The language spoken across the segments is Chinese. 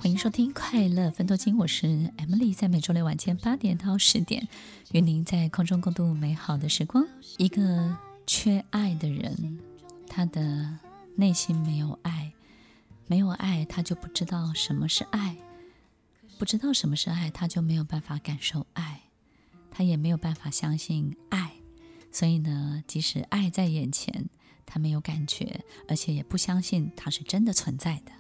欢迎收听快乐分多金，我是 Emily， 在每周六晚间8点到10点，与您在空中共度美好的时光。一个缺爱的人，他的内心没有爱，没有爱他就不知道什么是爱，不知道什么是爱，他就没有办法感受爱，他也没有办法相信爱。所以呢，即使爱在眼前，他没有感觉，而且也不相信它是真的存在的。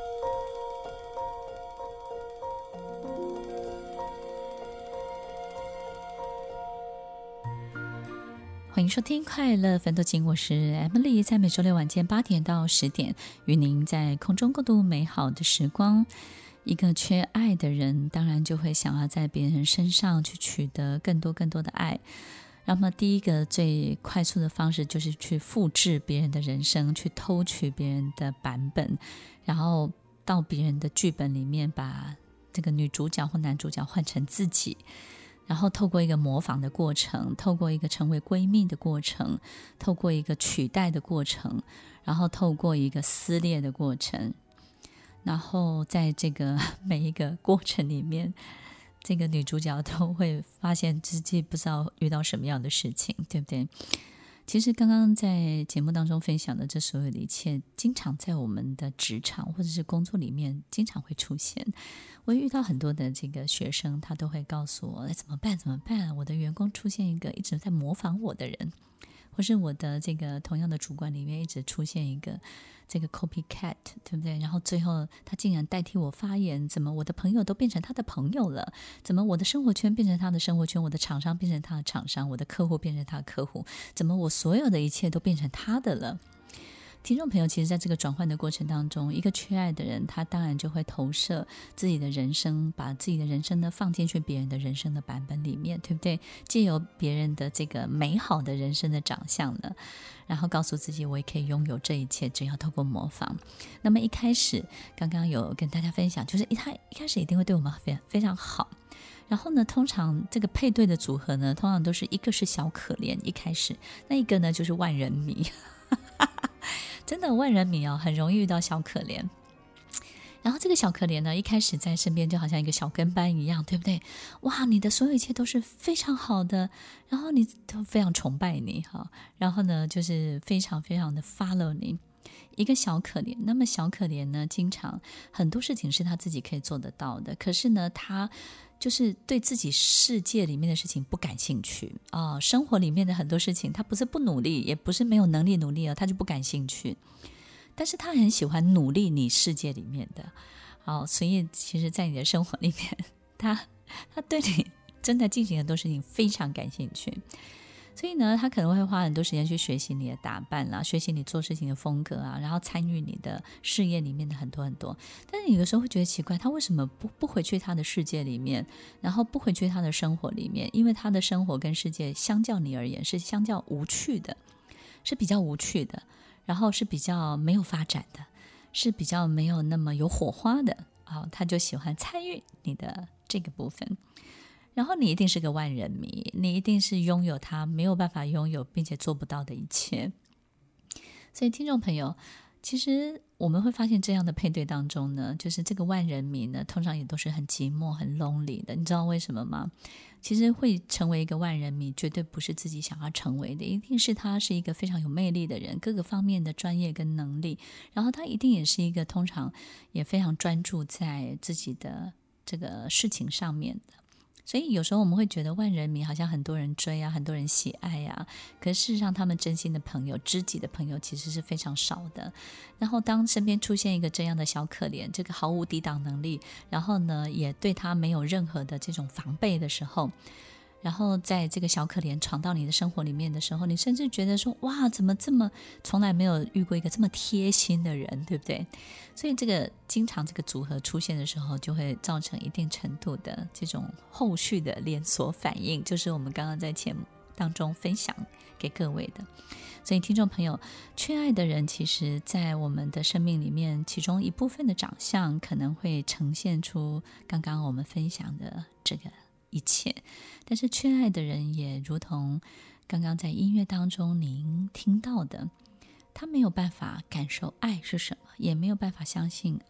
欢迎收听快乐分多金，我是 Emily， 在每周六晚间8点到10点，与您在空中共度美好的时光。一个缺爱的人，当然就会想要在别人身上去取得更多的爱。那么第一个最快速的方式就是去复制别人的人生，去偷取别人的版本，然后到别人的剧本里面把这个女主角或男主角换成自己，然后透过一个模仿的过程，透过一个成为闺蜜的过程，透过一个取代的过程，然后透过一个撕裂的过程，然后在这个每一个过程里面，这个女主角都会发现自己不知道遇到什么样的事情，对不对？其实刚刚在节目当中分享的这所有的一切，经常在我们的职场或者是工作里面经常会出现。我遇到很多的这个学生，他都会告诉我，怎么办？我的员工出现一个一直在模仿我的人，或是我的这个同样的主管里面一直出现一个这个 copycat， 对不对？然后最后他竟然代替我发言，怎么我的朋友都变成他的朋友了？怎么我的生活圈变成他的生活圈，我的厂商变成他的厂商，我的客户变成他的客户？怎么我所有的一切都变成他的了？听众朋友，其实在这个转换的过程当中，一个缺爱的人，他当然就会投射自己的人生，把自己的人生呢放进去别人的人生的版本里面，对不对？借由别人的这个美好的人生的长相呢，然后告诉自己我也可以拥有这一切，只要透过模仿。那么一开始刚刚有跟大家分享，就是他一开始一定会对我们非常好，然后呢，通常这个配对的组合呢，通常都是一个是小可怜一开始，那一个呢就是万人迷真的万人迷哦，很容易遇到小可怜。然后这个小可怜呢，一开始在身边就好像一个小跟班一样，对不对？哇，你的所有一切都是非常好的，然后你都非常崇拜你哈，然后呢，就是非常的 follow 你。一个小可怜，那么小可怜呢，经常很多事情是他自己可以做得到的，可是呢，他就是对自己世界里面的事情不感兴趣生活里面的很多事情，他不是不努力，也不是没有能力努力他就不感兴趣。但是他很喜欢努力你世界里面的所以其实在你的生活里面，他对你正在进行很多事情非常感兴趣。所以呢，他可能会花很多时间去学习你的打扮啦，学习你做事情的风格啊，然后参与你的事业里面的很多。但是有的时候会觉得奇怪，他为什么不回去他的世界里面，然后不回去他的生活里面？因为他的生活跟世界相较你而言是相较无趣的，是比较无趣的，然后是比较没有发展的，是比较没有那么有火花的他就喜欢参与你的这个部分。然后你一定是个万人迷，你一定是拥有他没有办法拥有并且做不到的一切。所以听众朋友，其实我们会发现这样的配对当中呢，就是这个万人迷呢，通常也都是很寂寞很 lonely 的。你知道为什么吗？其实会成为一个万人迷绝对不是自己想要成为的，一定是他是一个非常有魅力的人，各个方面的专业跟能力，然后他一定也是一个通常也非常专注在自己的这个事情上面的。所以有时候我们会觉得万人迷好像很多人追很多人喜爱可是事实上他们真心的朋友知己的朋友其实是非常少的。然后当身边出现一个这样的小可怜，这个毫无抵挡能力，然后呢也对他没有任何的这种防备的时候，然后在这个小可怜闯到你的生活里面的时候，你甚至觉得说哇，怎么这么从来没有遇过一个这么贴心的人，对不对？所以这个经常这个组合出现的时候，就会造成一定程度的这种后续的连锁反应，就是我们刚刚在节目当中分享给各位的。所以听众朋友，缺爱的人其实在我们的生命里面，其中一部分的长相可能会呈现出刚刚我们分享的这个一切，但是缺爱的人也如同刚刚在音乐当中您听到的，他没有办法感受爱是什么，也没有办法相信爱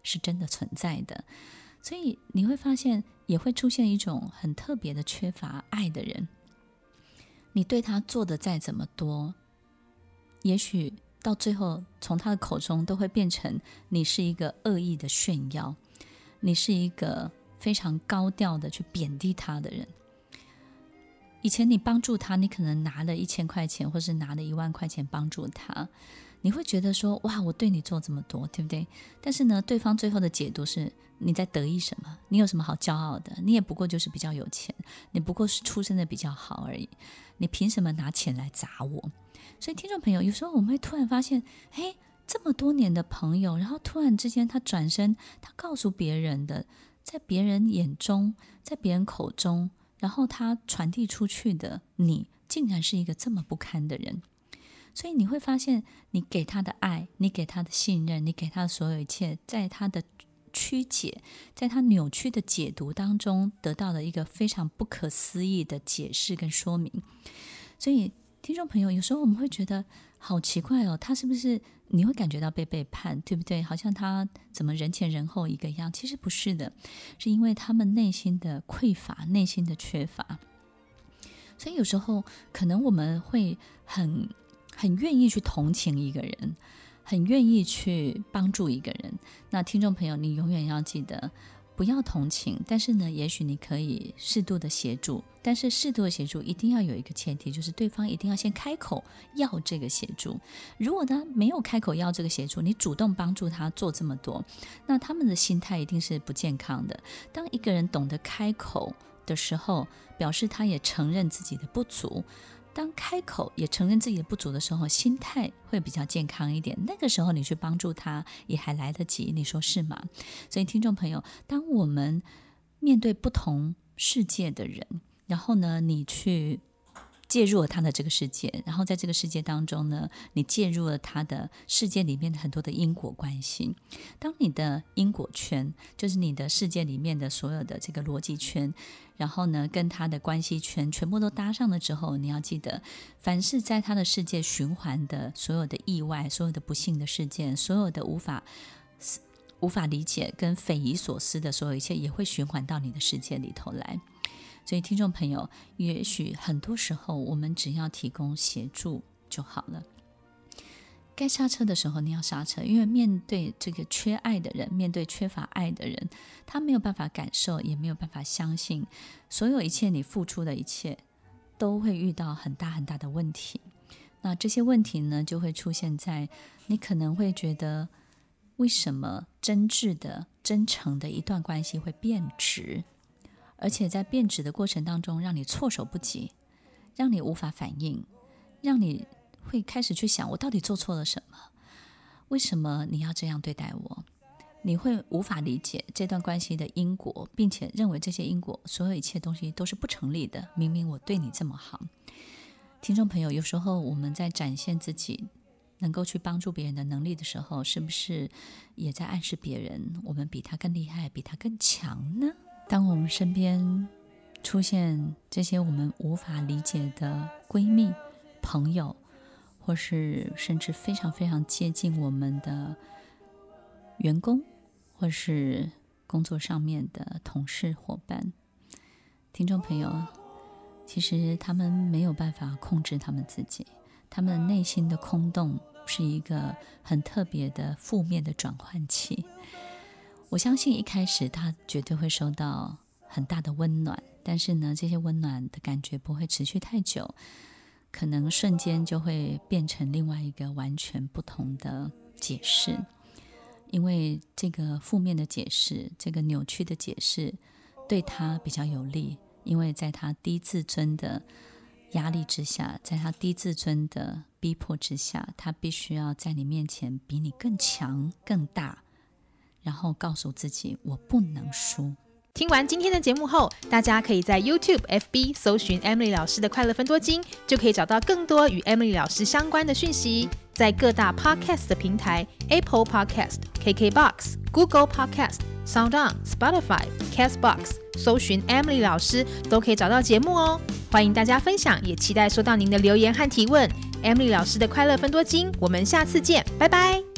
是真的存在的。所以你会发现也会出现一种很特别的缺乏爱的人，你对他做的再怎么多，也许到最后从他的口中都会变成你是一个恶意的炫耀，你是一个非常高调的去贬低他的人。以前你帮助他，你可能拿了1000块钱或是拿了1万块钱帮助他，你会觉得说哇，我对你做这么多，对不对？但是呢，对方最后的解读是你在得意什么？你有什么好骄傲的？你也不过就是比较有钱，你不过是出身的比较好而已，你凭什么拿钱来砸我？所以听众朋友，有时候我们会突然发现，嘿，这么多年的朋友，然后突然之间他转身，他告诉别人的，在别人眼中，在别人口中，然后他传递出去的你竟然是一个这么不堪的人。所以你会发现，你给他的爱，你给他的信任，你给他的所有一切，在他的曲解，在他扭曲的解读当中得到了一个非常不可思议的解释跟说明。所以听众朋友，有时候我们会觉得好奇怪哦，他是不是你会感觉到被背叛，对不对？好像他怎么人前人后一个样，其实不是的，是因为他们内心的匮乏，内心的缺乏。所以有时候可能我们会很愿意去同情一个人，很愿意去帮助一个人。那听众朋友，你永远要记得不要同情，但是呢，也许你可以适度的协助，但是适度的协助一定要有一个前提，就是对方一定要先开口要这个协助。如果他没有开口要这个协助，你主动帮助他做这么多，那他们的心态一定是不健康的。当一个人懂得开口的时候，表示他也承认自己的不足。当开口也承认自己的不足的时候，心态会比较健康一点，那个时候你去帮助他也还来得及，你说是吗？所以听众朋友，当我们面对不同世界的人，然后呢，你去介入了他的这个世界，然后在这个世界当中呢，你介入了他的世界里面的很多的因果关系。当你的因果圈，就是你的世界里面的所有的这个逻辑圈，然后呢，跟他的关系圈全部都搭上了之后，你要记得，凡是在他的世界循环的所有的意外，所有的不幸的事件，所有的无法理解跟匪夷所思的所有一切，也会循环到你的世界里头来。所以听众朋友，也许很多时候我们只要提供协助就好了。该刹车的时候你要刹车，因为面对这个缺爱的人，面对缺乏爱的人，他没有办法感受，也没有办法相信所有一切你付出的一切都会遇到很大很大的问题。那这些问题呢，就会出现在你可能会觉得，为什么真挚的真诚的一段关系会变质，而且在变质的过程当中让你措手不及，让你无法反应，让你会开始去想，我到底做错了什么？为什么你要这样对待我？你会无法理解这段关系的因果，并且认为这些因果所有一切东西都是不成立的。明明我对你这么好。听众朋友，有时候我们在展现自己能够去帮助别人的能力的时候，是不是也在暗示别人我们比他更厉害，比他更强呢？当我们身边出现这些我们无法理解的闺蜜、朋友，或是甚至非常非常接近我们的员工，或是工作上面的同事伙伴，听众朋友，其实他们没有办法控制他们自己，他们内心的空洞是一个很特别的负面的转换器。我相信一开始他绝对会收到很大的温暖，但是呢，这些温暖的感觉不会持续太久，可能瞬间就会变成另外一个完全不同的解释。因为这个负面的解释，这个扭曲的解释对他比较有利，因为在他低自尊的压力之下，在他低自尊的逼迫之下，他必须要在你面前比你更强更大，然后告诉自己我不能输。 听完今天的节目后，大家可以在 YouTube、FB 搜寻 Emily 老师的快乐分多金，就可以找到更多与 Emily 老师相关的讯息。在各大 Podcast 的平台 Apple Podcast、KKBox、Google Podcast、SoundOn、Spotify、Castbox 搜寻 Emily 老师都可以找到节目哦。欢迎大家分享，也期待收到您的留言和提问。Emily 老师的快乐分多金，我们下次见，拜拜。